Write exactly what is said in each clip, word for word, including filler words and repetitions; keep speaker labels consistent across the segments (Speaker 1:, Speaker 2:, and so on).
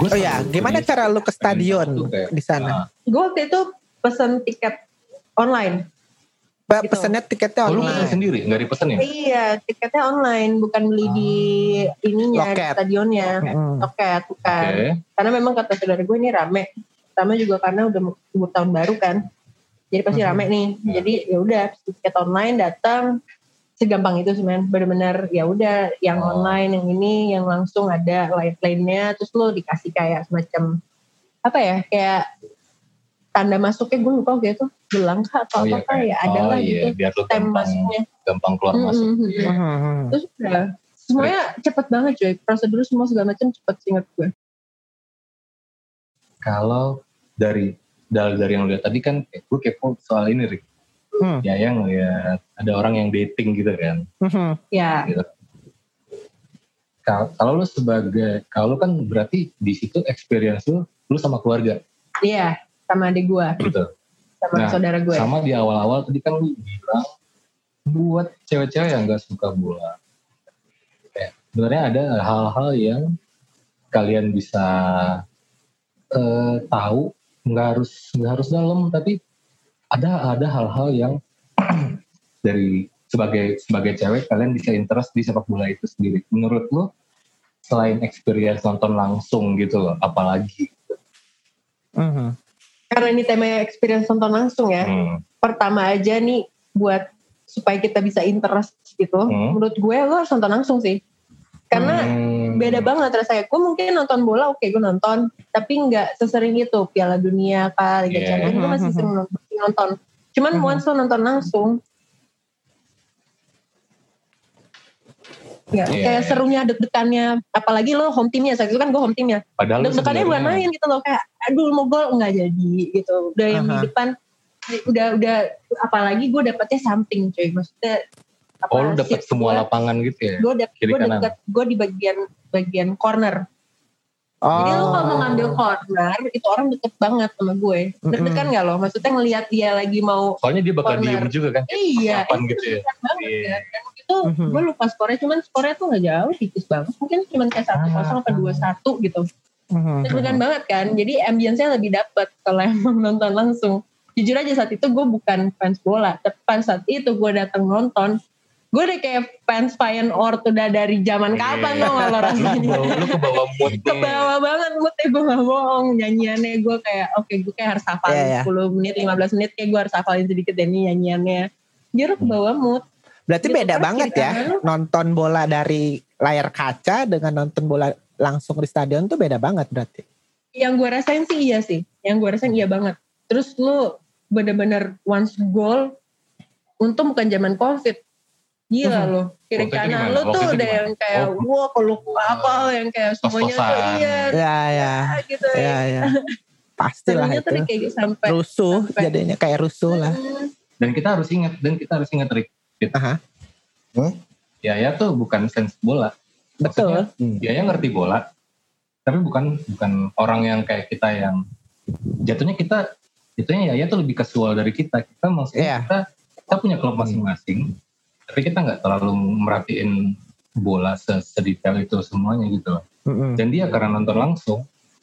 Speaker 1: Gua
Speaker 2: Oh ya, gimana cara lu ke stadion di sana?
Speaker 3: Gue waktu itu pesen tiket online.
Speaker 2: Ba-
Speaker 3: Gitu.
Speaker 2: Pesennya tiketnya
Speaker 1: Oh, lu
Speaker 2: online.
Speaker 1: pesen sendiri, nggak dipesenin?
Speaker 3: Iya, tiketnya online, bukan beli di ininya, di
Speaker 2: Loket.
Speaker 3: stadionnya,
Speaker 2: Mm-mm.
Speaker 3: loket, bukan.
Speaker 1: Oke.
Speaker 3: Karena memang kata saudara gue ini rame, sama juga karena udah mau libur tahun baru kan, jadi pasti rame nih. Jadi ya udah tiket online datang, segampang itu sih men, benar-benar ya udah yang
Speaker 1: Oh.
Speaker 3: online, yang ini, yang langsung ada live line-nya, terus lo dikasih kayak semacam apa ya, kayak tanda masuknya gue lupa gitu, gelang kah atau
Speaker 1: Oh iya,
Speaker 3: apa kah ya, ada
Speaker 1: oh
Speaker 3: lah
Speaker 1: iya,
Speaker 3: gitu,
Speaker 1: biar lu
Speaker 3: tem
Speaker 1: gampang,
Speaker 3: masuknya.
Speaker 1: gampang keluar masuk.
Speaker 3: Mm-hmm.
Speaker 2: Mhm.
Speaker 3: Terus udah semuanya cepet banget coy, prosedur semua segala macam cepet seingat gue.
Speaker 1: Kalau dari dari dari yang lu lihat tadi kan, eh, gue kepo soal ini Rick.
Speaker 2: Hmm.
Speaker 1: Ya yang ngeliat ada orang yang dating gitu kan.
Speaker 2: Mhm.
Speaker 3: Ya,
Speaker 1: Gitu. Kalau kalau lu sebagai, kalau lu kan berarti di situ experience lu, lu sama keluarga
Speaker 3: iya sama adik gue,
Speaker 1: gitu.
Speaker 3: sama
Speaker 1: Nah,
Speaker 3: saudara gue.
Speaker 1: Sama di awal-awal tadi kan lu bilang buat cewek-cewek yang gak suka bola. Kayak, sebenarnya ada hal-hal yang kalian bisa eh, tahu, nggak harus nggak harus dalam, tapi ada ada hal-hal yang dari sebagai sebagai cewek kalian bisa interest di sepak bola itu sendiri. Menurut lu selain experience nonton langsung gitu loh, apalagi?
Speaker 2: Mhm.
Speaker 3: Karena ini temanya experience nonton langsung ya.
Speaker 1: Hmm.
Speaker 3: Pertama aja nih buat supaya kita bisa interest gitu.
Speaker 1: Hmm.
Speaker 3: Menurut gue lo harus nonton langsung sih. Karena
Speaker 1: Hmm.
Speaker 3: beda banget rasanya. Gue mungkin nonton bola oke gue nonton, tapi nggak sesering itu Piala Dunia kah, Liga
Speaker 1: Yeah.
Speaker 3: Champions gue masih sering nonton. Cuman
Speaker 2: Mhm.
Speaker 3: once lo nonton langsung, ya
Speaker 1: Yeah.
Speaker 3: kayak serunya deg-degannya. Apalagi lo home teamnya, saat itu kan gue home teamnya.
Speaker 1: Padahal lu
Speaker 3: Deg-degannya bukan
Speaker 1: sebenarnya-
Speaker 3: main gitu loh, kayak aduh mau gol nggak jadi gitu. Udah yang di
Speaker 2: Aha.
Speaker 3: depan udah udah apalagi gue dapetnya something cuy, maksudnya apa,
Speaker 1: Oh, lu dapet
Speaker 3: seat
Speaker 1: semua
Speaker 3: gue-
Speaker 1: lapangan gitu ya?
Speaker 3: gue dapet
Speaker 1: Kiri
Speaker 3: gue
Speaker 1: kanan.
Speaker 3: deket gue di bagian bagian corner.
Speaker 2: Oh.
Speaker 3: Jadi lo kalau mau ngambil corner itu orang deket banget sama gue. Deg-degan nggak lo? Maksudnya ngelihat dia lagi mau
Speaker 1: Soalnya dia bakal
Speaker 3: corner.
Speaker 1: diem juga kan?
Speaker 3: iya
Speaker 1: Papan
Speaker 3: itu
Speaker 1: gitu ya?
Speaker 3: deg-degan banget
Speaker 1: Iya.
Speaker 3: ya. Dan itu
Speaker 2: Mhm.
Speaker 3: gue lupa skornya, cuman skornya tuh nggak jauh, tipis banget. Mungkin cuman kayak satu kosong
Speaker 1: Ah.
Speaker 3: atau dua satu gitu.
Speaker 2: Mhm.
Speaker 3: Deg-degan banget kan. Jadi ambience-nya lebih dapet kalau emang nonton langsung. Jujur aja saat itu gue bukan fans bola, tapi pas saat itu gue datang nonton, gue udah kayak fans Feyenoord udah dari zaman kapan
Speaker 1: Iya.
Speaker 3: lo nggak lo
Speaker 1: Lu
Speaker 3: rasanya.
Speaker 1: kebawa, lu kebawa mood nih.
Speaker 3: Kebawa banget moodnya, gue gak bohong. Nyanyiannya gue kayak oke gue kayak harus hafalin
Speaker 2: Iya, iya.
Speaker 3: sepuluh menit lima belas menit kayak gue harus hafalin sedikit deh nih nyanyiannya. Jadi kebawa mood.
Speaker 2: Berarti
Speaker 3: Gitu,
Speaker 2: beda
Speaker 3: karena
Speaker 2: banget
Speaker 3: kiri
Speaker 2: ya
Speaker 3: kanan.
Speaker 2: nonton bola dari layar kaca dengan nonton bola langsung di stadion tuh beda banget berarti.
Speaker 3: Yang gue rasain sih iya sih, yang gue rasain iya banget. Terus lu bener-bener once goal, untung bukan zaman covid, gila
Speaker 2: Mhm.
Speaker 3: lo kiri
Speaker 1: Waktu itu
Speaker 3: kanan
Speaker 1: gimana?
Speaker 3: lu
Speaker 1: Waktu
Speaker 3: tuh
Speaker 1: itu
Speaker 3: udah
Speaker 1: gimana?
Speaker 3: yang kayak
Speaker 1: Oh.
Speaker 3: wah peluk apa yang kayak semuanya tuh
Speaker 1: Tos-tosan.
Speaker 3: iya
Speaker 2: Ya ya.
Speaker 3: gitu
Speaker 2: Ya
Speaker 3: ya.
Speaker 2: ya. Pastilah
Speaker 3: Serunya tuh
Speaker 2: itu.
Speaker 3: kayak sampai
Speaker 2: Rusuh
Speaker 3: sampai-
Speaker 2: jadinya kayak rusuh lah.
Speaker 3: Hmm,
Speaker 1: Dan kita harus ingat, dan kita harus ingat Rick.
Speaker 2: Aha.
Speaker 1: Ya ya tuh bukan fans bola.
Speaker 2: Betul.
Speaker 1: Maksudnya, ya ya ngerti bola, tapi bukan bukan orang yang kayak kita yang jatuhnya kita jatuhnya ya ya tuh lebih casual dari kita. Kita maksudnya
Speaker 2: Iya.
Speaker 1: kita kita punya klub masing-masing, tapi kita nggak terlalu merhatiin bola sedetail itu semuanya gitu loh.
Speaker 2: Mm-mm.
Speaker 1: Dan dia karena nonton langsung,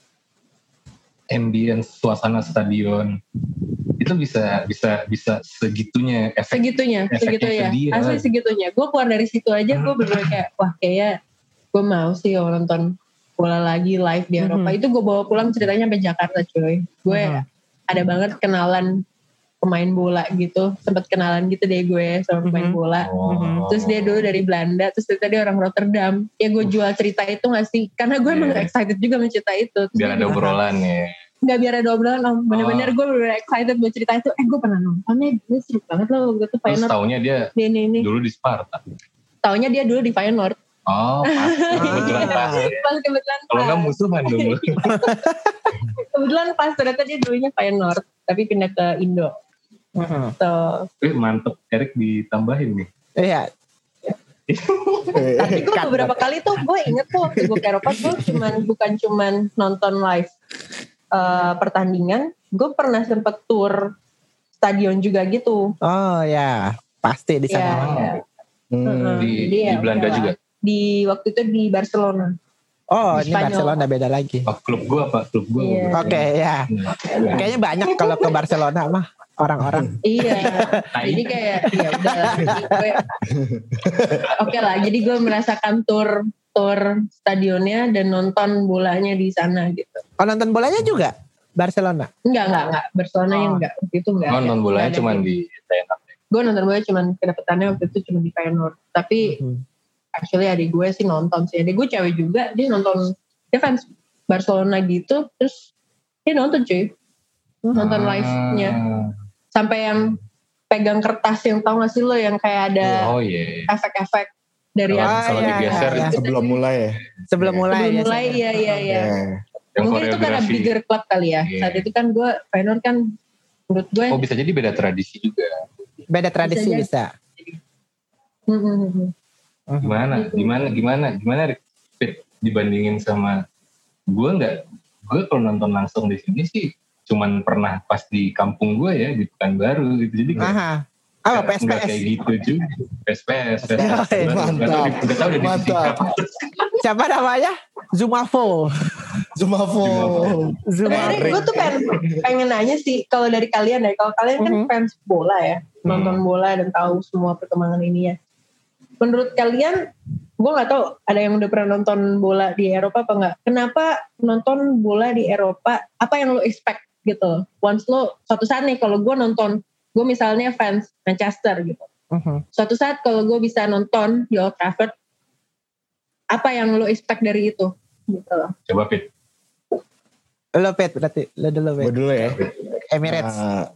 Speaker 1: ambience suasana stadion itu bisa bisa bisa segitunya efek
Speaker 3: segitunya
Speaker 1: efeknya
Speaker 3: segitu
Speaker 1: ke
Speaker 3: ya
Speaker 1: dia.
Speaker 3: asli segitunya. Gue keluar dari situ aja gue bener kayak wah kayak gue mau sih kalau nonton bola lagi live di Eropa.
Speaker 2: Mhm.
Speaker 3: Itu gue bawa pulang ceritanya sampai Jakarta cuy. Gue
Speaker 2: Mhm.
Speaker 3: ada banget kenalan pemain bola gitu, sempat kenalan gitu deh gue sama pemain
Speaker 2: Mhm.
Speaker 3: bola.
Speaker 1: Oh.
Speaker 3: Terus dia dulu dari Belanda, terus ternyata dia orang Rotterdam. Ya gue jual cerita itu gak sih? Karena gue emang
Speaker 1: Yeah.
Speaker 3: excited juga mencerita itu. Terus
Speaker 1: biar
Speaker 3: dia
Speaker 1: ada
Speaker 3: bilang,
Speaker 1: obrolan ya.
Speaker 3: Gak biar ada obrolan om. Bener-bener
Speaker 1: Oh.
Speaker 3: gue bener excited buat cerita itu. Eh gue pernah nontonnya, gue seru banget loh. Gue tuh
Speaker 1: Terus
Speaker 3: Feyenoord.
Speaker 1: taunya dia
Speaker 3: Ini, ini, ini.
Speaker 1: dulu di Sparta.
Speaker 3: Taunya dia dulu di Feyenoord.
Speaker 1: Oh, pas. Kebetulan pas.
Speaker 3: Pas kebetulan
Speaker 1: Kalau
Speaker 3: pas.
Speaker 1: nggak musuhan dulu.
Speaker 3: Kebetulan pas ternyata dia dulunya Feyenoord. Tapi pindah ke Indo.
Speaker 2: Mhm.
Speaker 3: So,
Speaker 1: Eh mantep, Erik ditambahin nih.
Speaker 2: Iya.
Speaker 3: tapi gue
Speaker 2: Cut,
Speaker 3: beberapa
Speaker 2: cut.
Speaker 3: kali tuh gue inget tuh waktu gue ke Eropa gue cuman bukan cuman nonton live uh, pertandingan, gue pernah sempet tour stadion juga gitu.
Speaker 2: Oh ya, pasti di
Speaker 3: Ya,
Speaker 2: sana.
Speaker 3: ya.
Speaker 4: Hmm.
Speaker 3: Heeh.
Speaker 1: Di,
Speaker 3: Jadi
Speaker 1: di
Speaker 3: ya
Speaker 1: Belanda
Speaker 3: udahlah.
Speaker 1: juga.
Speaker 3: Di waktu itu di Barcelona.
Speaker 2: Oh,
Speaker 3: Di
Speaker 2: ini
Speaker 3: Spanyol.
Speaker 2: Barcelona beda lagi.
Speaker 1: Oh, klub gue apa? Klub gue.
Speaker 3: Iya.
Speaker 2: Oke, ya. Kayaknya banyak kalau ke Barcelona mah orang-orang.
Speaker 3: Iya, jadi kayak ya udah lah. Jadi gue, oke lah. Jadi gue merasakan tur tur stadionnya dan nonton bolanya di sana gitu.
Speaker 2: Oh, nonton bolanya juga Barcelona?
Speaker 3: Enggak, enggak, enggak. Barcelona yang
Speaker 2: Oh.
Speaker 3: enggak. Waktu itu enggak.
Speaker 1: Oh, nonton bolanya cuma di Feyenoord.
Speaker 3: Gue nonton bola cuma kedapetannya waktu itu cuma di Feyenoord. Tapi
Speaker 2: Hmm.
Speaker 3: actually adik gue sih nonton sih. Adik gue cewek juga. Dia nonton. Dia fans Barcelona gitu. Terus dia nonton cuy. Nonton live-nya.
Speaker 1: Ah.
Speaker 3: Sampai yang pegang kertas yang tau gak sih lo yang kayak ada
Speaker 1: Oh iya. Yeah.
Speaker 3: efek-efek dari
Speaker 1: Kalau-
Speaker 3: atas.
Speaker 1: kalau
Speaker 2: iya,
Speaker 1: digeser
Speaker 2: iya.
Speaker 1: itu
Speaker 4: Sebelum mulai ya.
Speaker 2: Sebelum mulai
Speaker 3: Sebelum
Speaker 2: ya.
Speaker 3: mulai iya iya iya.
Speaker 4: Ya.
Speaker 1: Yang
Speaker 3: Mungkin itu karena
Speaker 1: koreografi.
Speaker 3: bigger club kali ya.
Speaker 1: Iya.
Speaker 3: Saat itu kan gue Feyenoord kan menurut gue
Speaker 1: Oh bisa jadi beda tradisi juga.
Speaker 2: Beda tradisi
Speaker 3: Bisa
Speaker 2: bisa.
Speaker 3: hmm, hmm, hmm.
Speaker 1: Gimana?
Speaker 3: Gitu.
Speaker 1: Gimana? Gimana? Gimana? Fit, dibandingin sama gue nggak? Gue kalau nonton langsung di sini sih cuman pernah pas di kampung gue ya di Pekanbaru gitu. Jadi kayak
Speaker 2: Aha. Oh,
Speaker 1: nggak-
Speaker 2: P S P
Speaker 1: nggak
Speaker 2: S.
Speaker 1: kayak gitu juga. P S P S. P S P S.
Speaker 2: Mantap.
Speaker 1: Nggak tahu di- nggak tahu udah
Speaker 4: Mantap.
Speaker 1: disingkat.
Speaker 2: Siapa namanya? Zumafo.
Speaker 4: Zumafo.
Speaker 3: Sebenarnya
Speaker 2: Zumafo.
Speaker 3: gue tuh pengen, pengen nanya sih kalau dari kalian ya. Kalau kalian kan
Speaker 2: Mhm.
Speaker 3: fans bola ya. Nonton bola dan tahu semua perkembangan ini ya. Menurut kalian, gue gak tahu ada yang udah pernah nonton bola di Eropa apa enggak. Kenapa nonton bola di Eropa, apa yang lo expect gitu. Once lo, suatu saat nih kalau gue nonton, gue misalnya fans Manchester gitu.
Speaker 2: Mhm.
Speaker 3: Suatu saat kalau gue bisa nonton di Old Trafford, apa yang lo expect dari itu? Gitu loh.
Speaker 1: Coba Fit.
Speaker 2: Lo Pet berarti. Lo dulu
Speaker 4: Gue
Speaker 2: Pet.
Speaker 4: dulu ya.
Speaker 2: Emirates.
Speaker 4: Nah,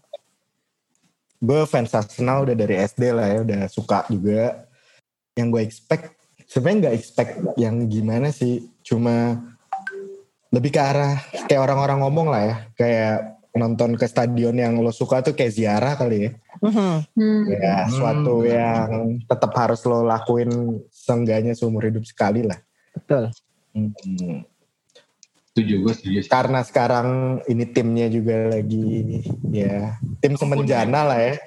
Speaker 4: gue fans Arsenal udah dari S D lah ya, udah suka juga. Yang gue expect, sebenarnya nggak expect yang gimana sih, cuma lebih ke arah kayak orang-orang ngomong lah ya, kayak nonton ke stadion yang lo suka tuh kayak ziarah kali ya.
Speaker 2: Mhm.
Speaker 3: Hmm.
Speaker 4: Ya, suatu yang tetap harus lo lakuin seenggaknya seumur hidup sekali lah.
Speaker 2: Betul.
Speaker 4: Hmm.
Speaker 1: Setuju gue setuju. sih.
Speaker 4: Karena sekarang ini timnya juga lagi ya tim semenjana lah ya.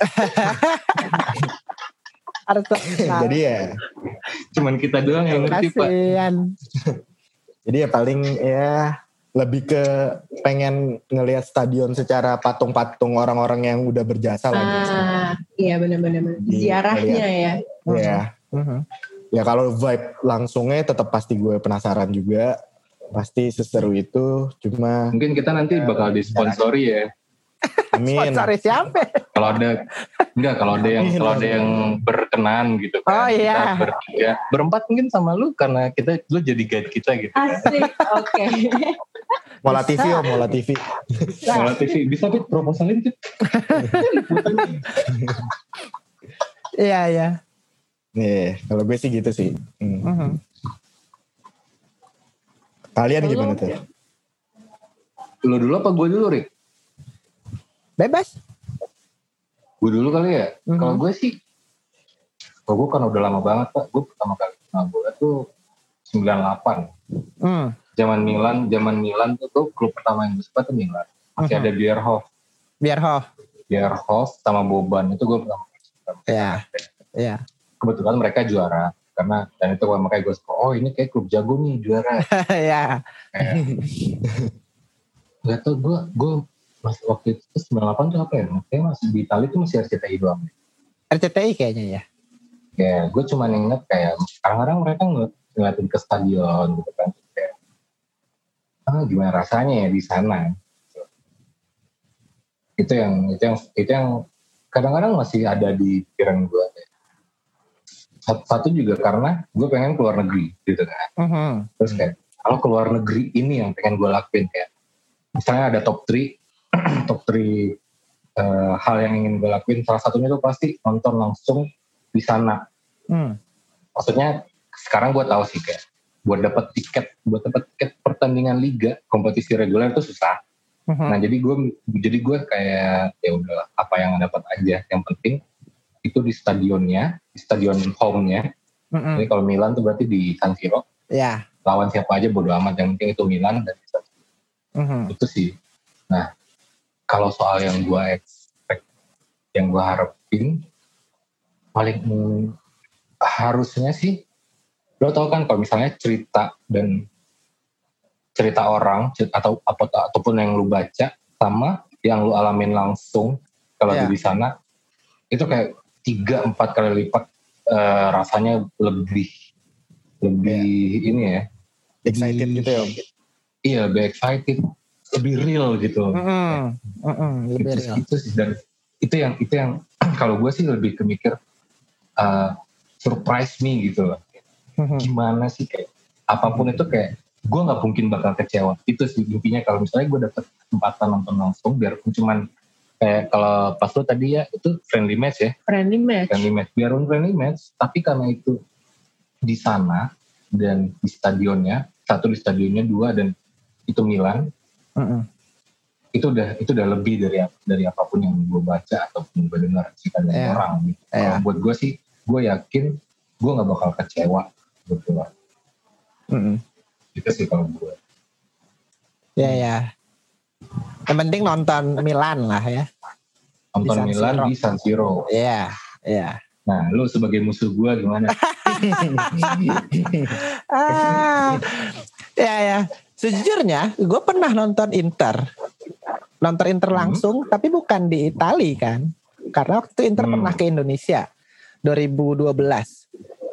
Speaker 2: Arsenal.
Speaker 4: Jadi ya,
Speaker 1: Cuman kita doang yang ngerti Pak.
Speaker 2: Kasian.
Speaker 4: jadi ya paling ya lebih ke pengen ngelihat stadion secara patung-patung orang-orang yang udah berjasa lah. gitu.
Speaker 3: Ah, iya benar-benar.
Speaker 4: Di-
Speaker 3: Ziarahnya ya.
Speaker 4: Ya,
Speaker 2: Mhm.
Speaker 4: ya kalau vibe langsungnya tetap pasti gue penasaran juga. Pasti seseru itu, cuma
Speaker 1: Mungkin kita nanti bakal disponsori ya.
Speaker 4: amin.
Speaker 2: Sponsor siapa?
Speaker 1: Kalau ada enggak kalau ada yang kalau ada yang berkenan gitu kan.
Speaker 2: Oh, iya.
Speaker 1: Kita bertiga, berempat mungkin sama lu karena kita lu jadi guide kita gitu.
Speaker 3: Asik, oke.
Speaker 4: Mola T V om, Mola T V.
Speaker 1: Mola T V bisa Fit proposalin Fit.
Speaker 2: Iya, iya.
Speaker 4: Nih, kalau gue sih gitu sih. Hmm.
Speaker 2: Mhm.
Speaker 4: Kalian
Speaker 3: Kalau
Speaker 4: gimana
Speaker 3: lu-
Speaker 4: tuh?
Speaker 1: Lu dulu apa gue dulu Rick?
Speaker 2: Bebas.
Speaker 1: Gue dulu kali ya.
Speaker 2: Mhm.
Speaker 1: Kalau gue sih, kalau gue kan udah lama banget Pak. Gue pertama kali kenal bola tuh sembilan puluh delapan.
Speaker 2: Hmm.
Speaker 1: Zaman Milan, zaman Milan tuh, tuh klub pertama yang gue suka tuh Milan. Masih
Speaker 2: Mhm.
Speaker 1: ada Bierhoff.
Speaker 2: Biar ho.
Speaker 1: Bierhoff sama Boban itu gue pertama kali suka.
Speaker 2: Iya. Iya.
Speaker 1: Kebetulan mereka juara. Karena, dan itu makanya gue suka, oh ini kayak klub jago nih juara.
Speaker 2: Iya.
Speaker 1: Gak tau gue, gue masih waktu itu sembilan puluh delapan tuh apa ya? Kayaknya masih di Itali tuh masih R C T I doang.
Speaker 2: R C T I kayaknya ya.
Speaker 1: Ya, gue cuma inget kayak kadang-kadang mereka ng- ngeliatin ke stadion gitu kan. Kayak, ah gimana rasanya ya di sana. Itu yang, itu yang, itu yang kadang-kadang masih ada di pikiran gue. Satu, satu juga karena gue pengen keluar negeri gitu kan.
Speaker 2: Mhm.
Speaker 1: Terus kayak, kalau keluar negeri ini yang pengen gue lakuin kayak, misalnya ada top tiga, top tiga uh, hal yang ingin gue lakuin, salah satunya tuh pasti nonton langsung di sana.
Speaker 2: Hmm.
Speaker 1: Maksudnya sekarang gue tahu sih kayak, buat dapat tiket, buat dapat tiket pertandingan liga, kompetisi reguler itu susah.
Speaker 2: Mhm.
Speaker 1: Nah jadi gue, jadi gue kayak ya udah apa yang dapat aja, yang penting itu di stadionnya, di stadion home-nya.
Speaker 2: Mhm.
Speaker 1: Jadi kalau Milan tuh berarti di San Siro,
Speaker 2: Ya.
Speaker 1: lawan siapa aja bodo amat, yang penting itu Milan dan San Siro.
Speaker 2: Mhm.
Speaker 1: Itu sih. Nah, kalau soal yang gue expect, yang gue harapin, paling hmm, harusnya sih, lo tau kan kalau misalnya cerita dan cerita orang atau apa ataupun yang lu baca sama yang lu alamin langsung kalau
Speaker 2: Yeah.
Speaker 1: di sana itu kayak tiga empat kali lipat uh, rasanya lebih lebih yeah. ini ya
Speaker 4: excited
Speaker 1: lebih,
Speaker 4: gitu ya.
Speaker 1: Iya, lebih excited, lebih real gitu.
Speaker 2: Mm-mm. Mm-mm, lebih
Speaker 1: itu,
Speaker 2: real.
Speaker 1: Itu sih dan itu yang itu yang kalau gue sih lebih kemikir uh, surprise me gitu loh. Gimana sih kayak apapun itu kayak gue nggak mungkin bakal kecewa. Itu sih intinya kalau misalnya gue dapet kesempatan nonton langsung biarpun cuman kayak kalau pas lo tadi ya itu friendly match ya.
Speaker 3: Friendly match.
Speaker 1: Friendly match. Biarpun friendly match, tapi karena itu di sana dan di stadionnya, satu di stadionnya, dua dan itu Milan.
Speaker 2: Mm-mm.
Speaker 1: Itu udah itu udah lebih dari dari apapun yang gue baca ataupun gue dengar cerita dari
Speaker 2: Yeah.
Speaker 1: orang. Gitu.
Speaker 2: Yeah.
Speaker 1: Kalau buat gue sih, gue yakin gue nggak bakal kecewa betul.
Speaker 2: Mm-mm.
Speaker 1: Itu sih kalau gue.
Speaker 2: Ya ya. Yang penting nonton Milan lah ya.
Speaker 1: Nonton
Speaker 2: Di San
Speaker 1: Milan
Speaker 2: Siro.
Speaker 1: di San Siro.
Speaker 2: Iya, iya.
Speaker 1: Nah, lu sebagai musuh gue gimana?
Speaker 2: Ah, ya ya. Sejujurnya, gue pernah nonton Inter, nonton Inter langsung, hmm. tapi bukan di Italia kan? Karena waktu itu Inter hmm. pernah ke Indonesia dua ribu dua belas.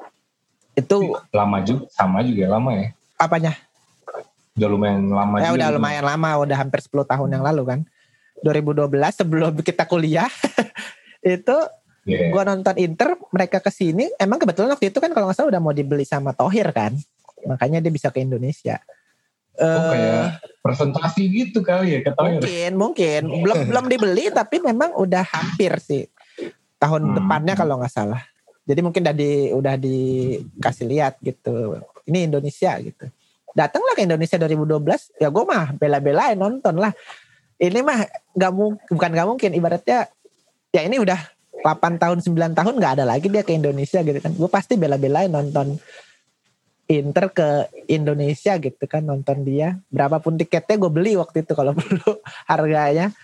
Speaker 2: Itu
Speaker 1: lama juga, sama juga lama ya?
Speaker 2: Apanya?
Speaker 1: Udah lumayan lama
Speaker 2: ya,
Speaker 1: juga.
Speaker 2: Udah
Speaker 1: gitu.
Speaker 2: lumayan lama, udah hampir sepuluh tahun yang lalu kan? dua ribu dua belas sebelum kita kuliah itu. Yeah. Gue nonton Inter, mereka kesini. Emang kebetulan waktu itu kan kalau nggak salah udah mau dibeli sama Thohir kan, makanya dia bisa ke Indonesia.
Speaker 1: Oh uh, kayak presentasi gitu kali ya ke Thohir.
Speaker 2: Mungkin, mungkin belum belum dibeli tapi memang udah hampir sih tahun hmm. depannya kalau nggak salah. Jadi mungkin udah di udah dikasih lihat gitu. Ini Indonesia gitu. Datanglah ke Indonesia dua ribu dua belas, ya gue mah bela-belain nonton lah. Ini mah nggak mungkin, bukan nggak mungkin, ibaratnya ya ini udah delapan tahun sembilan tahun gak ada lagi dia ke Indonesia gitu kan. Gue pasti bela-belain nonton Inter ke Indonesia gitu kan, nonton dia. Berapapun tiketnya gue beli waktu itu kalau perlu harganya.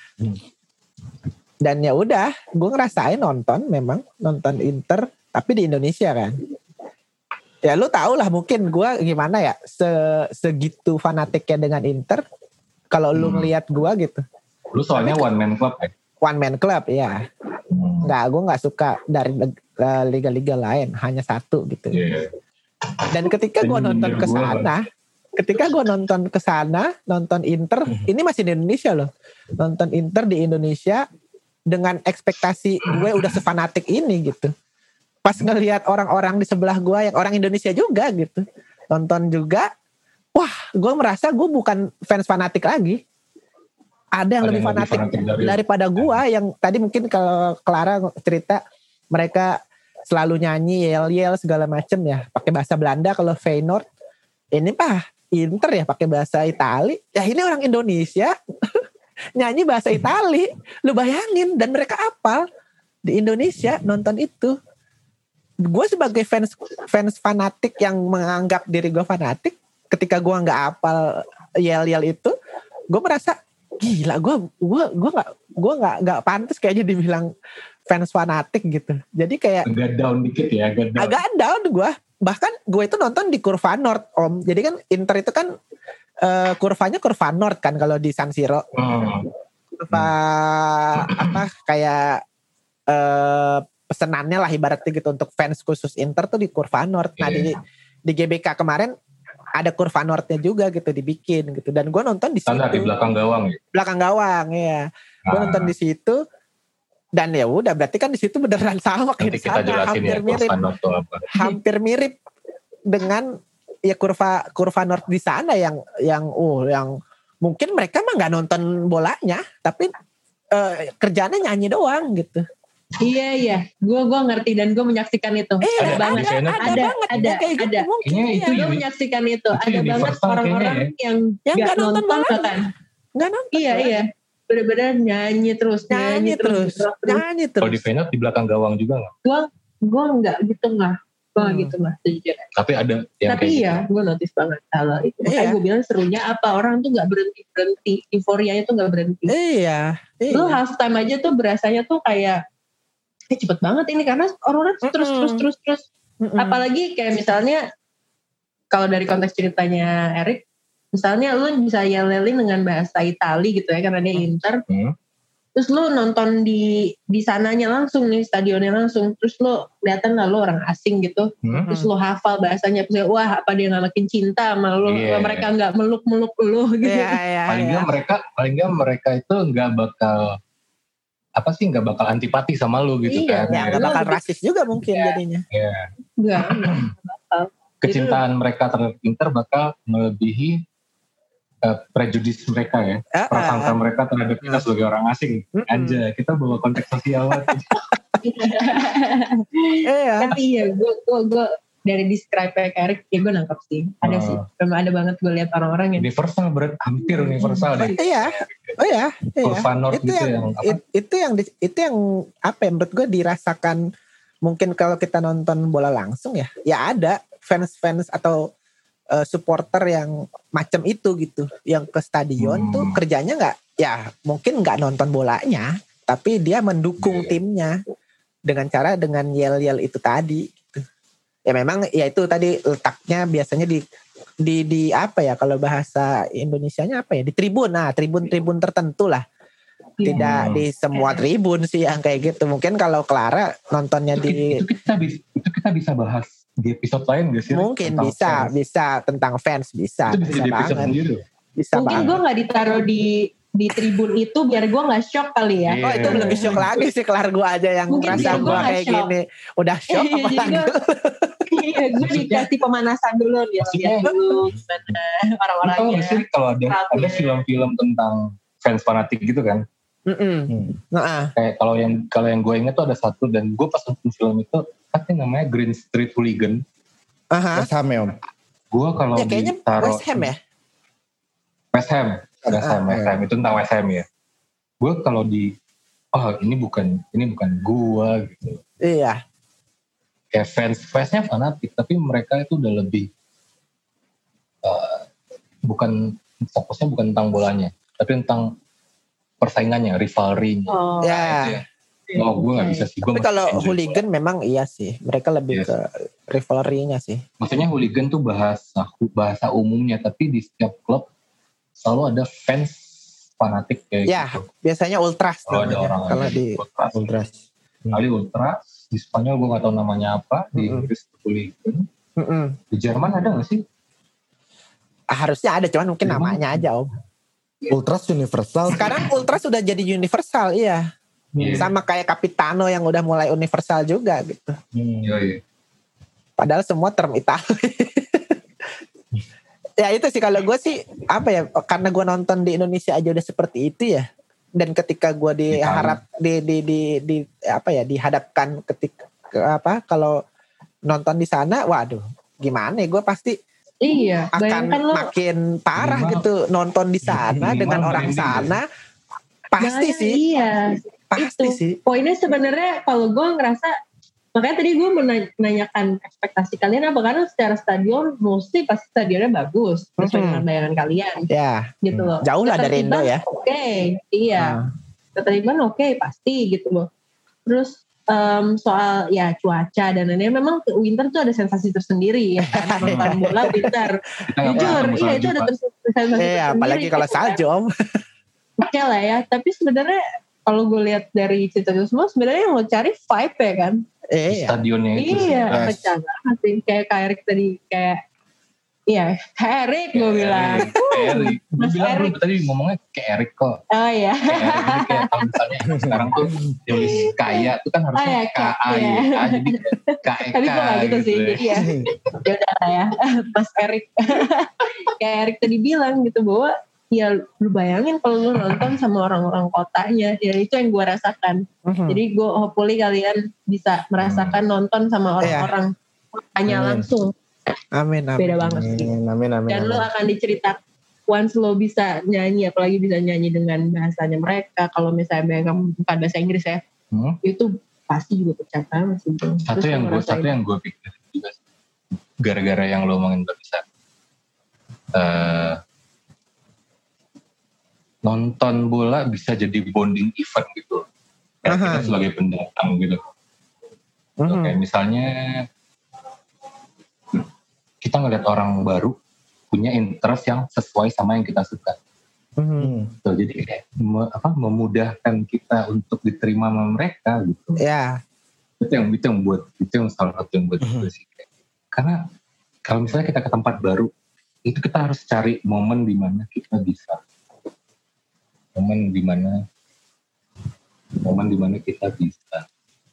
Speaker 2: Dan ya udah, gue ngerasain nonton memang nonton Inter tapi di Indonesia kan. Ya lu tau lah mungkin gue gimana ya, se- segitu fanatiknya dengan Inter. Kalau lu ngelihat gue gitu.
Speaker 1: Lu soalnya one man club ya?
Speaker 2: One man club ya. Nggak, gue nggak suka dari uh, liga-liga lain, hanya satu gitu. Yeah. Dan ketika gue nonton ke sana, ketika gue nonton ke sana, nonton Inter, ini masih di Indonesia loh, nonton Inter di Indonesia dengan ekspektasi gue udah sefanatik ini gitu. Pas ngelihat orang-orang di sebelah gue yang orang Indonesia juga gitu, nonton juga, wah, gue merasa gue bukan fans fanatik lagi. Ada yang ada lebih yang fanatik, lebih fanatik dari daripada gua yang tadi mungkin kalau Clara cerita mereka selalu nyanyi yel-yel segala macem ya pakai bahasa Belanda. Kalau Feyenoord ini pak Inter ya pakai bahasa Itali. Ya ini orang Indonesia nyanyi bahasa Itali. Lu bayangin, dan mereka apal di Indonesia nonton itu. Gue sebagai fans fans fanatik yang menganggap diri gue fanatik, ketika gue nggak apal yel-yel itu, gue merasa gila, gue gue gue nggak gue nggak nggak pantas kayaknya dibilang fans fanatik gitu. Jadi kayak
Speaker 1: agak down dikit ya, agak down.
Speaker 2: Agak down gue. Bahkan gue itu nonton di kurva Nord om. Jadi kan Inter itu kan uh, kurvanya kurva Nord kan kalau di San Siro. Hmm. Kurva hmm. apa kayak uh, pesenannya lah ibaratnya gitu untuk fans khusus Inter tuh di kurva Nord. Nah yeah. di di G B K kemarin ada kurva Nordnya juga gitu dibikin gitu, dan gue nonton di situ.
Speaker 1: Di belakang gawang ya.
Speaker 2: Belakang gawang ya. Gue ah. nonton di situ dan ya udah berarti kan di situ beneran sama kayak di sana, hampir ya, mirip. Hampir mirip dengan ya kurva kurva Nord di sana yang yang uh yang mungkin mereka mah nggak nonton bolanya, tapi uh, kerjanya nyanyi doang gitu.
Speaker 3: Iya iya, gue gue ngerti dan gue menyaksikan itu.
Speaker 2: Eh,
Speaker 3: ada,
Speaker 2: ada
Speaker 3: banget,
Speaker 2: ada, ada,
Speaker 3: ada,
Speaker 2: banget,
Speaker 3: ada,
Speaker 2: kayak gitu,
Speaker 3: ada.
Speaker 2: Mungkin,
Speaker 3: ya. Gue menyaksikan itu. itu ada banget orang-orang ya. yang
Speaker 2: yang nggak nonton,
Speaker 3: nonton kan?
Speaker 2: Nggak nonton.
Speaker 3: Iya bola. Iya, benar-benar nyanyi terus,
Speaker 2: nyanyi, nyanyi terus, terus,
Speaker 3: nyanyi terus.
Speaker 1: Kalau di Feyenoord di belakang gawang juga nggak?
Speaker 3: Gue gue nggak gitu nggak, gue nggak gitu nggak sejujurnya.
Speaker 1: Tapi ada. Yang
Speaker 3: Tapi iya,
Speaker 1: gitu.
Speaker 3: gue notice banget kalau itu. Makanya gue bilang serunya apa, orang tuh nggak berhenti berhenti, euforianya tuh nggak berhenti.
Speaker 2: Iya. iya.
Speaker 3: Lu half time aja tuh berasanya tuh kayak eh, cepet banget ini karena orang-orang terus, terus terus terus terus
Speaker 2: Mm-mm.
Speaker 3: apalagi kayak misalnya kalau dari konteks ceritanya Erik misalnya lu bisa yel-yelin dengan bahasa Itali gitu ya karena dia Inter.
Speaker 1: Hmm.
Speaker 3: Terus lu nonton di di sananya langsung nih, stadionnya langsung. Terus lu kelihatan lah lu orang asing gitu.
Speaker 1: Hmm.
Speaker 3: Terus lu hafal bahasanya. Terus, wah apa dia gak makin cinta sama lu.
Speaker 1: Yeah.
Speaker 3: Mereka gak meluk-meluk lu gitu.
Speaker 2: Iya, iya,
Speaker 1: Paling
Speaker 2: iya.
Speaker 1: nggak mereka, paling nggak mereka itu nggak bakal apa sih nggak bakal antipati sama lu gitu
Speaker 3: Iya,
Speaker 1: kan?
Speaker 2: Ya nggak bakal rasis juga mungkin
Speaker 1: Iya.
Speaker 2: jadinya.
Speaker 1: Ya.
Speaker 3: Gak, gak bakal.
Speaker 1: Kecintaan mereka terhadap Inter bakal melebihi uh, prejudis mereka ya.
Speaker 2: Ah,
Speaker 1: Prasangka
Speaker 2: ah.
Speaker 1: mereka terhadap kita sebagai orang asing.
Speaker 2: Mm-mm.
Speaker 1: Anjay, kita bawa konteks sosial banget.
Speaker 2: Iya.
Speaker 3: Tapi iya gue gue gue dari describe kayak Erik ya gue nangkap sih. Ada
Speaker 1: Oh.
Speaker 3: sih. Memang ada banget gue lihat orang-orang yang
Speaker 1: Universal berat, hampir universal deh.
Speaker 2: Iya. Oh ya, iya.
Speaker 1: Kurva North
Speaker 2: Itu
Speaker 1: gitu
Speaker 2: yang,
Speaker 1: yang apa?
Speaker 2: it- itu yang di- itu yang apa ya menurut gue dirasakan mungkin kalau kita nonton bola langsung ya, ya ada fans-fans atau uh, supporter yang macam itu gitu, yang ke stadion
Speaker 1: Hmm.
Speaker 2: tuh kerjanya nggak, ya mungkin nggak nonton bolanya, tapi dia mendukung
Speaker 1: Iya.
Speaker 2: timnya dengan cara dengan yel-yel itu tadi. Gitu. Ya memang ya itu tadi letaknya biasanya di di di apa ya kalau bahasa Indonesianya apa ya di tribun, nah tribun-tribun tertentu lah. Tidak
Speaker 1: Hmm.
Speaker 2: di semua tribun sih yang kayak gitu. Mungkin kalau Clara nontonnya
Speaker 1: Itu,
Speaker 2: di
Speaker 1: itu kita bisa itu kita bisa bahas di episode lain gak sih?
Speaker 2: mungkin
Speaker 1: Tentang
Speaker 2: bisa
Speaker 1: fans.
Speaker 2: bisa tentang fans bisa
Speaker 1: Itu bisa,
Speaker 2: bisa
Speaker 1: jadi episode
Speaker 2: banget
Speaker 1: sendiri.
Speaker 2: bisa
Speaker 3: mungkin gue
Speaker 2: banget.
Speaker 3: nggak ditaruh di di tribun itu biar gue nggak shock kali ya.
Speaker 1: Iya.
Speaker 2: Oh itu lebih shock lagi sih Clara gue aja yang
Speaker 3: Mungkin
Speaker 2: merasa
Speaker 1: biar
Speaker 2: gue
Speaker 3: gua nggak
Speaker 2: kayak
Speaker 3: shock.
Speaker 2: gini udah shock
Speaker 3: Iya, jadi
Speaker 2: apalagi.
Speaker 3: gue iya, gue dikasih pemanasan dulu dia
Speaker 1: Maksudnya-
Speaker 3: lihat dulu gimana
Speaker 1: Lu tau
Speaker 3: orang-orangnya.
Speaker 1: gak sih kalau ada
Speaker 3: Crowdnya.
Speaker 1: ada film-film tentang fans fanatik gitu kan?
Speaker 2: Mm-mm.
Speaker 4: Hmm.
Speaker 2: Nah,
Speaker 1: Kayak kalau yang kalau yang gue inget tuh ada satu dan gue pas nonton film itu apa namanya Green Street Hooligan.
Speaker 2: aha.
Speaker 4: West Ham ya Om.
Speaker 1: Gue kalau
Speaker 2: Ya kayaknya
Speaker 1: ditaruh
Speaker 2: West Ham ya.
Speaker 1: West Ham, West Ham,
Speaker 2: Ah,
Speaker 1: West Ham itu tentang West Ham ya. Gue kalau di oh ini bukan ini bukan gue gitu.
Speaker 2: Iya.
Speaker 1: Kayak fans fansnya fanatik tapi mereka itu udah lebih uh, bukan fokusnya bukan tentang bolanya tapi tentang persaingannya, rivalry-nya.
Speaker 3: Oh,
Speaker 2: Ya.
Speaker 3: iya.
Speaker 1: Oh, gue nggak bisa sih. Gua
Speaker 2: Tapi
Speaker 1: masih
Speaker 2: kalau
Speaker 1: enjoy.
Speaker 2: hooligan memang iya sih. Mereka lebih
Speaker 1: Yes.
Speaker 2: ke rivalry-nya sih.
Speaker 1: Maksudnya hooligan tuh bahasa bahasa umumnya, tapi di setiap klub selalu ada fans fanatik kayak
Speaker 2: Ya,
Speaker 1: gitu.
Speaker 2: biasanya ultras
Speaker 1: Kalau ada
Speaker 2: namanya.
Speaker 1: orang
Speaker 2: Kalau di
Speaker 1: ultras,
Speaker 4: Ultras.
Speaker 1: kali ultras di Spanyol gue nggak tahu namanya apa, di
Speaker 2: Mm-mm.
Speaker 1: Inggris hooligan,
Speaker 2: Mm-mm.
Speaker 1: di Jerman ada nggak sih?
Speaker 2: harusnya ada cuman mungkin
Speaker 1: Memang.
Speaker 2: namanya aja Om.
Speaker 4: Ultras universal.
Speaker 2: Sekarang ultras sudah jadi universal iya.
Speaker 1: Iya.
Speaker 2: Sama kayak Capitano yang udah mulai universal juga gitu.
Speaker 4: Hmm.
Speaker 1: Iya, iya.
Speaker 2: Padahal semua term Itali. Ya itu sih kalau gue sih apa ya karena gue nonton di Indonesia aja udah seperti itu ya. Dan ketika gue diharap di, di di di apa ya dihadapkan ketika ke apa kalau nonton di sana, waduh gimana ya gue pasti
Speaker 3: Iya,
Speaker 2: akan
Speaker 3: bayangkan lo
Speaker 2: makin parah
Speaker 1: Minimal-
Speaker 2: gitu nonton di sana
Speaker 1: minimal
Speaker 2: dengan orang
Speaker 1: merinding
Speaker 2: sana. Pasti
Speaker 3: bayang-
Speaker 2: sih,
Speaker 3: Iya,
Speaker 2: pasti
Speaker 3: itu.
Speaker 2: sih.
Speaker 3: Poinnya sebenarnya kalau gue ngerasa makanya tadi gue menanyakan ekspektasi kalian apa karena secara stadion mostly pasti stadionnya bagus sesuai
Speaker 2: Mhm.
Speaker 3: dengan bayangan kalian
Speaker 2: Ya,
Speaker 3: gitu loh.
Speaker 2: jauh lah dari Indo ya.
Speaker 3: Oke, iya.
Speaker 2: Nah,
Speaker 3: Keterlibatan oke pasti gitu loh. Terus em, soal ya cuaca dan lainnya memang winter tuh ada sensasi tersendiri ya kan nonton bola winter.
Speaker 1: Kita nggak
Speaker 3: Jujur,
Speaker 1: pernah ketemu
Speaker 3: iya itu
Speaker 1: salju,
Speaker 3: ada
Speaker 1: Pak.
Speaker 3: ters- sensasi tersendiri.
Speaker 2: iya, apalagi kalau
Speaker 3: gitu kan.
Speaker 2: salju Om.
Speaker 3: Oke lah ya, tapi sebenarnya kalau gue lihat dari cerita itu semua sebenarnya yang lo cari vibe ya kan.
Speaker 1: Di
Speaker 2: Iya.
Speaker 1: stadionnya itu sih.
Speaker 3: Iya,
Speaker 4: Yes.
Speaker 3: pecah banget sih. Kayak Kak Erik tadi kayak iya, Kak Erik gue bilang.
Speaker 1: Kayak Erik. Gue
Speaker 3: Mas
Speaker 1: bilang
Speaker 3: Erik.
Speaker 1: lu tadi ngomongnya kayak Erik kok.
Speaker 3: Oh iya.
Speaker 1: Kayak Erik jadi kayak kalau misalnya sekarang tuh tulis kaya tuh kan harusnya
Speaker 3: Oh, iya,
Speaker 1: K A Y A jadi K E K
Speaker 3: Tapi gue gak gitu sih, jadi ya ya udah lah ya, Mas Erik. Kayak Erik tadi bilang gitu bahwa ya lu bayangin kalau lu nonton sama orang-orang kotanya, ya itu yang gue rasakan.
Speaker 2: Mhm.
Speaker 3: Jadi gue hopefully kalian bisa merasakan nonton sama orang-orang kotanya
Speaker 4: Amin.
Speaker 3: langsung.
Speaker 2: Amin, amin.
Speaker 3: Beda banget.
Speaker 4: Amin, amin, amin.
Speaker 3: Dan
Speaker 4: amin.
Speaker 3: lo akan diceritakan once lo bisa nyanyi, apalagi bisa nyanyi dengan bahasanya mereka. Kalau misalnya mereka bukan bahasa Inggris ya,
Speaker 1: Hmm.
Speaker 3: itu pasti juga pecah banget sih. Bro.
Speaker 1: Satu
Speaker 3: Terus
Speaker 1: yang
Speaker 3: lo
Speaker 1: gue
Speaker 3: ngerasain-
Speaker 1: satu yang gue pikir juga sih. Gara-gara yang lo omongin barusan. Eh nonton bola bisa jadi bonding event gitu. Kayak
Speaker 2: Aha.
Speaker 1: kita sebagai pendatang gitu.
Speaker 2: Mhm.
Speaker 1: Kayak misalnya kita ngeliat orang baru punya interest yang sesuai sama yang kita suka.
Speaker 2: Mm-hmm.
Speaker 1: So, jadi kayak me, apa, memudahkan kita untuk diterima sama mereka gitu.
Speaker 2: Ya.
Speaker 1: Itu yang itu yang buat itu yang salah satu yang buat mm-hmm. gue sih. Karena kalau misalnya kita ke tempat baru, itu kita harus cari momen di mana kita bisa, momen di mana, momen di mana kita bisa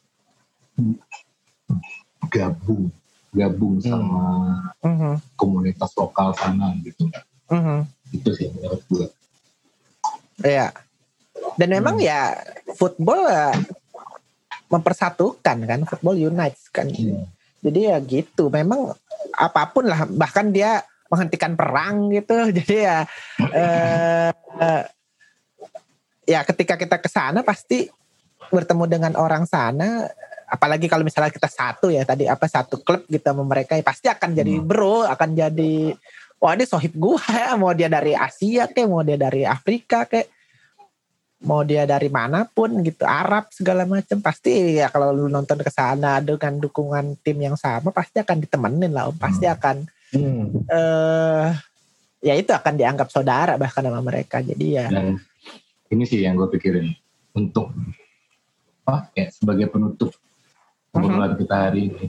Speaker 1: gabung, gabung sama mm-hmm. komunitas lokal sana gitu.
Speaker 2: Mm-hmm.
Speaker 1: Itu sih menurut gue.
Speaker 2: Iya. Dan memang hmm. ya football ya, mempersatukan kan, football unites kan. Hmm. Jadi ya gitu, memang apapun lah, bahkan dia menghentikan perang gitu. Jadi ya eh, eh, ya ketika kita ke sana pasti bertemu dengan orang sana, apalagi kalau misalnya kita satu ya tadi apa satu klub gitu sama mereka, ya pasti akan jadi bro, akan jadi wah ini sohib gue ya, mau dia dari Asia kayak, mau dia dari Afrika kayak, mau dia dari manapun gitu, Arab segala macam, pasti ya kalau lu nonton ke sana dengan dukungan tim yang sama pasti akan ditemenin lah, pasti akan hmm. uh, ya itu akan dianggap saudara bahkan sama mereka. Jadi ya.
Speaker 1: Dan ini sih yang gue pikirin untuk apa? Kayak sebagai penutup obrolan uh-huh. kita hari ini.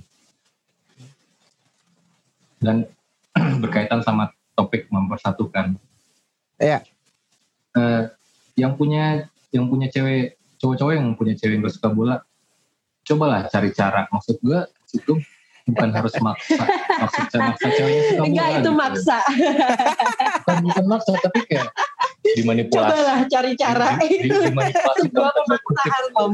Speaker 1: Dan berkaitan sama topik mempersatukan.
Speaker 2: Iya.
Speaker 1: Uh, yang punya yang punya cewek, cowok-cowok yang punya cewek yang gak suka bola, cobalah cari cara. Maksud gue itu bukan harus maksa, maksud maksa ceweknya suka bola.
Speaker 3: Enggak, itu
Speaker 1: gitu.
Speaker 3: Maksa.
Speaker 1: Bukan, bukan maksa, tapi kayak dimanipulasi.
Speaker 3: Cobalah cari cara.
Speaker 1: Di, di,
Speaker 3: itu sebuah pemaksaan, Om.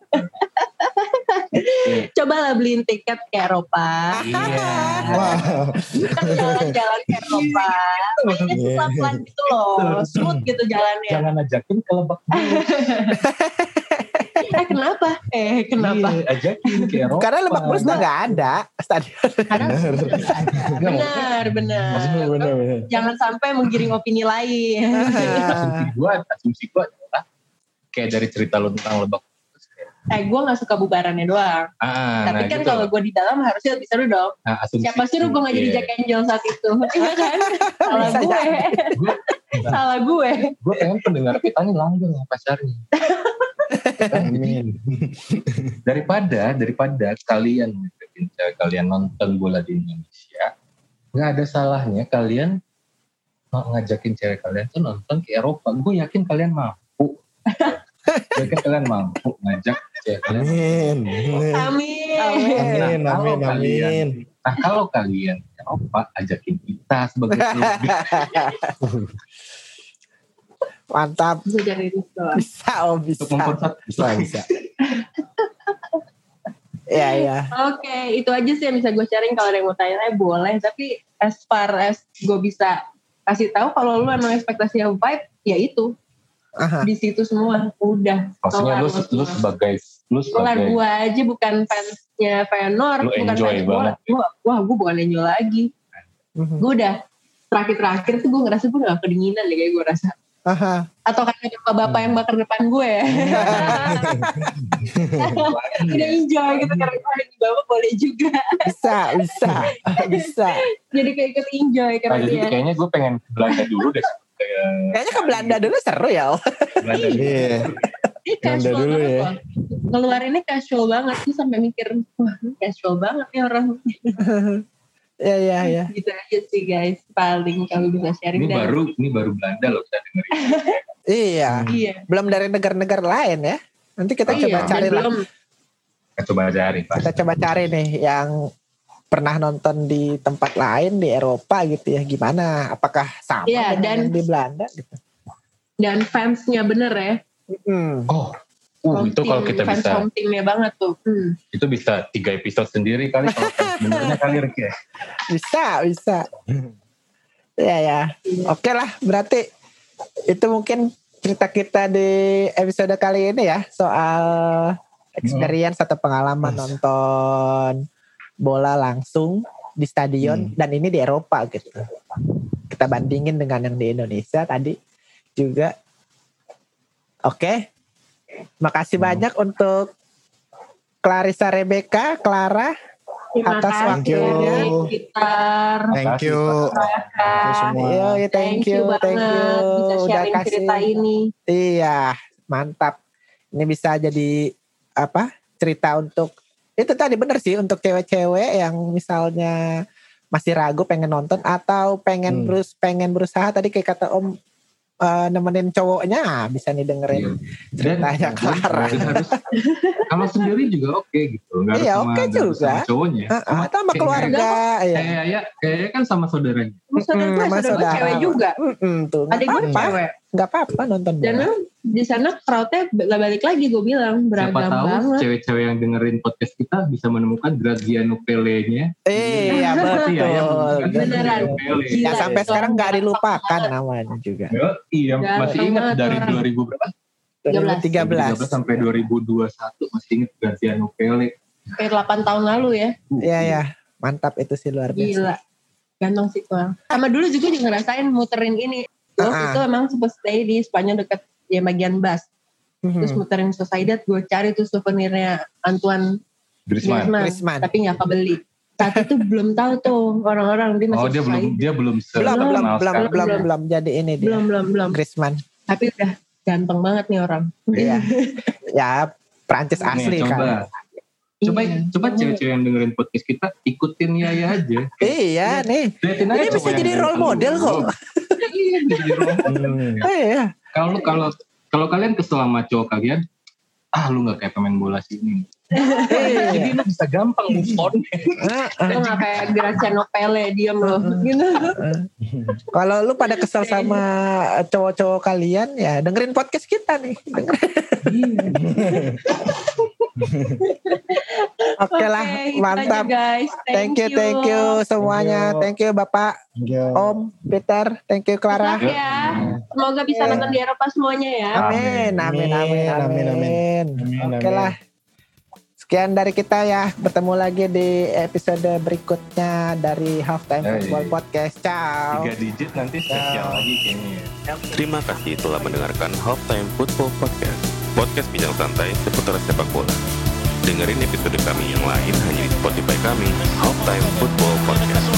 Speaker 3: Cobalah beliin tiket ke Eropa.
Speaker 1: Iya.
Speaker 4: Wow.
Speaker 3: Kan jalan-jalan ke Eropa. Mainnya yeah. pelan-pelan gitu loh, smooth gitu jalannya.
Speaker 1: Jangan ajakin ke Lebak Bulus.
Speaker 3: Eh kenapa? Eh kenapa?
Speaker 1: Iya, ajakin ke Eropa.
Speaker 2: Karena Lebak Bulus mah nggak ada stadion.
Speaker 3: Benar, benar. benar. Jangan sampai menggiring opini lain.
Speaker 1: Asumsi gue, asumsi gue adalah kayak dari cerita lo tentang Lebak.
Speaker 3: Eh gue gak suka bubarannya doang.
Speaker 1: Ah,
Speaker 3: tapi
Speaker 1: nah,
Speaker 3: kan
Speaker 1: gitu.
Speaker 3: kalau gue di dalam harusnya lebih seru dong.
Speaker 1: Nah,
Speaker 3: siapa suruh gue gak jadi yeah. Jack Angel saat itu. Iya kan? Salah gue. Salah gue.
Speaker 1: Gue pengen pendengar kita nih langgeng pacarnya. daripada daripada kalian kalian nonton bola di Indonesia, gak ada salahnya kalian ngajakin cewek kalian tuh nonton ke Eropa. Gue yakin kalian mampu. Gue yakin kalian mampu ngajak cewek kalian.
Speaker 4: Amin.
Speaker 3: Amin.
Speaker 4: Amin.
Speaker 1: Nah,
Speaker 4: Amin. Amin.
Speaker 1: Nah kalau kalian ke Eropa, ajakin kita sebagai klub.
Speaker 2: Mantap.
Speaker 3: Bisa jadi
Speaker 2: bisa, oh bisa.
Speaker 4: Bisa, bisa.
Speaker 2: Iya, iya.
Speaker 3: Oke, itu aja sih yang bisa gue sharing. Kalau ada yang mau tanya, boleh. Tapi as far as gue bisa kasih tahu, kalau lu emang ekspektasi yang vibe, ya itu. Aha. Di situ semua udah.
Speaker 1: Maksudnya lu, lu sebagai lu sebagai
Speaker 3: gue aja bukan fansnya Feyenoord,
Speaker 1: lu
Speaker 3: bukan
Speaker 1: enjoy
Speaker 3: fans bola. Gua, wah, gue bukan enjoy lagi. Mm-hmm. Gue udah terakhir-terakhir tuh gue ngerasa gue gak kedinginan deh kayak gue rasa. Aha. Atau karena bapak-bapak yang bakar depan gue ya. Udah enjoy gitu karena kalau di bawah boleh juga.
Speaker 2: Bisa, bisa, bisa.
Speaker 3: Jadi kayak ikut enjoy karena
Speaker 1: nah,
Speaker 3: dia.
Speaker 1: Jadi kayaknya gue pengen ke Belanda dulu deh.
Speaker 2: Kayaknya ke Belanda dulu seru ya.
Speaker 1: Belanda dulu.
Speaker 3: Ini casual
Speaker 4: dulu
Speaker 3: banget
Speaker 4: ya.
Speaker 3: loh. Ngeluarinnya casual banget sih sampai mikir, wah casual banget nih orang.
Speaker 2: Ya ya ya.
Speaker 3: Gitu aja sih guys. Paling kalau bisa sharing.
Speaker 1: Ini
Speaker 3: dan
Speaker 1: baru ini baru Belanda loh kita dengerin.
Speaker 2: Iya.
Speaker 3: Iya.
Speaker 2: Belum dari negara-negara lain ya. Nanti kita
Speaker 3: oh,
Speaker 2: coba
Speaker 3: iya.
Speaker 2: cari lah.
Speaker 1: Kita coba cari. Pas.
Speaker 2: Kita coba cari nih yang pernah nonton di tempat lain di Eropa gitu ya. Gimana? Apakah sama
Speaker 3: iya,
Speaker 2: dengan
Speaker 3: dan,
Speaker 2: yang di Belanda gitu?
Speaker 3: Dan fansnya bener ya.
Speaker 2: Hmm.
Speaker 1: Oh. Uh, itu kalau kita
Speaker 3: fans
Speaker 1: bisa
Speaker 3: home teamnya banget tuh. Hmm.
Speaker 1: Itu bisa tiga episode sendiri kali kalau benernya kali Rick ya.
Speaker 2: Bisa, bisa. Ya ya. Oke lah, berarti itu mungkin cerita kita di episode kali ini ya soal experience hmm. atau pengalaman hmm. nonton bola langsung di stadion hmm. dan ini di Eropa gitu. Kita bandingin dengan yang di Indonesia tadi juga. Oke. Makasih hmm. banyak untuk Clarissa Rebecca, Clara
Speaker 3: Terima
Speaker 2: atas
Speaker 3: kasih
Speaker 2: waktunya.
Speaker 3: Gitar.
Speaker 4: Thank you. Thank you semua.
Speaker 2: Yo, thank,
Speaker 3: Thank you
Speaker 2: you, thank you.
Speaker 3: banget bisa
Speaker 2: Udah
Speaker 3: sharing
Speaker 2: kasih.
Speaker 3: cerita ini.
Speaker 2: Iya, mantap. Ini bisa jadi apa? Cerita untuk itu tadi bener sih untuk cewek-cewek yang misalnya masih ragu pengen nonton atau pengen
Speaker 4: Hmm.
Speaker 2: berus pengen berusaha tadi kayak kata Om uh, nemenin cowoknya ah, bisa nih dengerin
Speaker 1: Iya.
Speaker 2: ceritanya
Speaker 1: Dan-
Speaker 2: Clara.
Speaker 1: dan harus kalau sendiri juga oke gitu, nggak harus
Speaker 2: Iya,
Speaker 1: sama,
Speaker 2: oke
Speaker 1: nggak harus
Speaker 2: juga.
Speaker 1: sama cowoknya,
Speaker 2: Ah, ah, sama
Speaker 1: kayak-
Speaker 2: keluarga ya.
Speaker 1: Kayak ya, kayaknya kan sama saudaranya.
Speaker 3: Saudara gue,
Speaker 2: sama
Speaker 3: saudara gue
Speaker 2: saudara.
Speaker 3: cewek juga.
Speaker 2: Mm-mm, tuh nggak
Speaker 3: Adik gue
Speaker 2: apa-apa,
Speaker 3: cewek.
Speaker 2: nggak apa-apa nonton
Speaker 3: Dan
Speaker 2: bola.
Speaker 3: memang di sana crowdnya balik lagi gue bilang
Speaker 1: Siapa
Speaker 3: beragam
Speaker 1: tahu
Speaker 3: banget.
Speaker 1: cewek-cewek yang dengerin podcast kita bisa menemukan Graziano Pele-nya.
Speaker 2: Iya
Speaker 1: Berarti ya, ya,
Speaker 2: betul.
Speaker 1: menemukan
Speaker 3: Beneran.
Speaker 1: Graziano Pele.
Speaker 3: Gila,
Speaker 2: Ya sampai
Speaker 3: itu
Speaker 2: sekarang nggak
Speaker 3: orang
Speaker 2: dilupakan namanya juga.
Speaker 1: Ya, iya,
Speaker 3: Ganteng
Speaker 1: masih ingat
Speaker 3: banget
Speaker 1: dari
Speaker 3: orang.
Speaker 1: dua ribu berapa?
Speaker 2: dua ribu tiga belas.
Speaker 1: sampai dua ribu dua puluh satu masih ingat Graziano Pele.
Speaker 3: Kayak delapan tahun lalu ya.
Speaker 2: Iya ya, mantap itu sih luar biasa.
Speaker 3: Gila. Ganteng sih tuh. Sama dulu juga juga ngerasain muterin ini. Waktu
Speaker 2: Ah.
Speaker 3: itu emang sempat stay di Spanyol dekat ya bagian Bas. Terus
Speaker 2: Mhm.
Speaker 3: muterin Sociedad, gue cari tuh souvenirnya Antoine
Speaker 1: Griezmann.
Speaker 3: Griezmann,
Speaker 2: Griezmann.
Speaker 3: tapi nggak kebeli. Saat itu belum tahu tuh orang-orang dia masih
Speaker 1: Oh dia belum
Speaker 3: Sociedad.
Speaker 1: dia belum se-
Speaker 2: belum belum
Speaker 1: terkenal
Speaker 2: belum
Speaker 1: sekarang.
Speaker 2: belum belum jadi ini dia.
Speaker 3: belum belum belum.
Speaker 2: Griezmann.
Speaker 3: Tapi udah ganteng banget nih orang.
Speaker 2: Iya. Ya Prancis
Speaker 1: Nih,
Speaker 2: asli
Speaker 1: coba.
Speaker 2: kan.
Speaker 1: Coba
Speaker 3: Iya.
Speaker 1: coba cewek-cewek yang dengerin podcast kita ikutin Yaya aja.
Speaker 2: Iya nih.
Speaker 1: Liatin
Speaker 2: Ini
Speaker 1: aja
Speaker 2: bisa
Speaker 1: cowok
Speaker 2: jadi
Speaker 1: yang
Speaker 2: role
Speaker 1: dengerin.
Speaker 2: model kok.
Speaker 1: Iya, bisa jadi role model.
Speaker 4: Hmm.
Speaker 2: Iya.
Speaker 1: Kalau kalau kalau kalian kesel sama cowok kalian, ah lu nggak kayak pemain bola sini.
Speaker 2: Iya.
Speaker 1: Jadi lu bisa gampang move on.
Speaker 3: Lo gak kayak Graziano Pele, diem loh. Gitu.
Speaker 2: Kalau lu pada kesel sama cowok-cowok kalian ya dengerin podcast kita nih. Dengerin. Oke lah,
Speaker 3: Oke, itu
Speaker 2: mantap.
Speaker 3: aja, guys.
Speaker 2: Thank you, thank you semuanya. Thank you Bapak,
Speaker 4: Thank you.
Speaker 2: Om, Peter, thank you Clara.
Speaker 3: Good luck ya. Semoga bisa
Speaker 2: Iya.
Speaker 3: nonton di Eropa semuanya ya.
Speaker 2: Amin, amin, amin,
Speaker 4: Amin, amin,
Speaker 2: amin.
Speaker 4: Amin,
Speaker 2: Oke
Speaker 4: amin.
Speaker 2: lah. Sekian dari kita ya. Bertemu lagi di episode berikutnya dari Halftime
Speaker 1: Hey.
Speaker 2: Football Podcast. Ciao.
Speaker 1: Tiga digit nanti spesial lagi kayaknya. ya.
Speaker 5: Terima kasih telah mendengarkan Halftime Football Podcast. Podcast bincang santai seputar sepak bola. Dengerin episode kami yang lain hanya di Spotify kami, Halftime Football Podcast.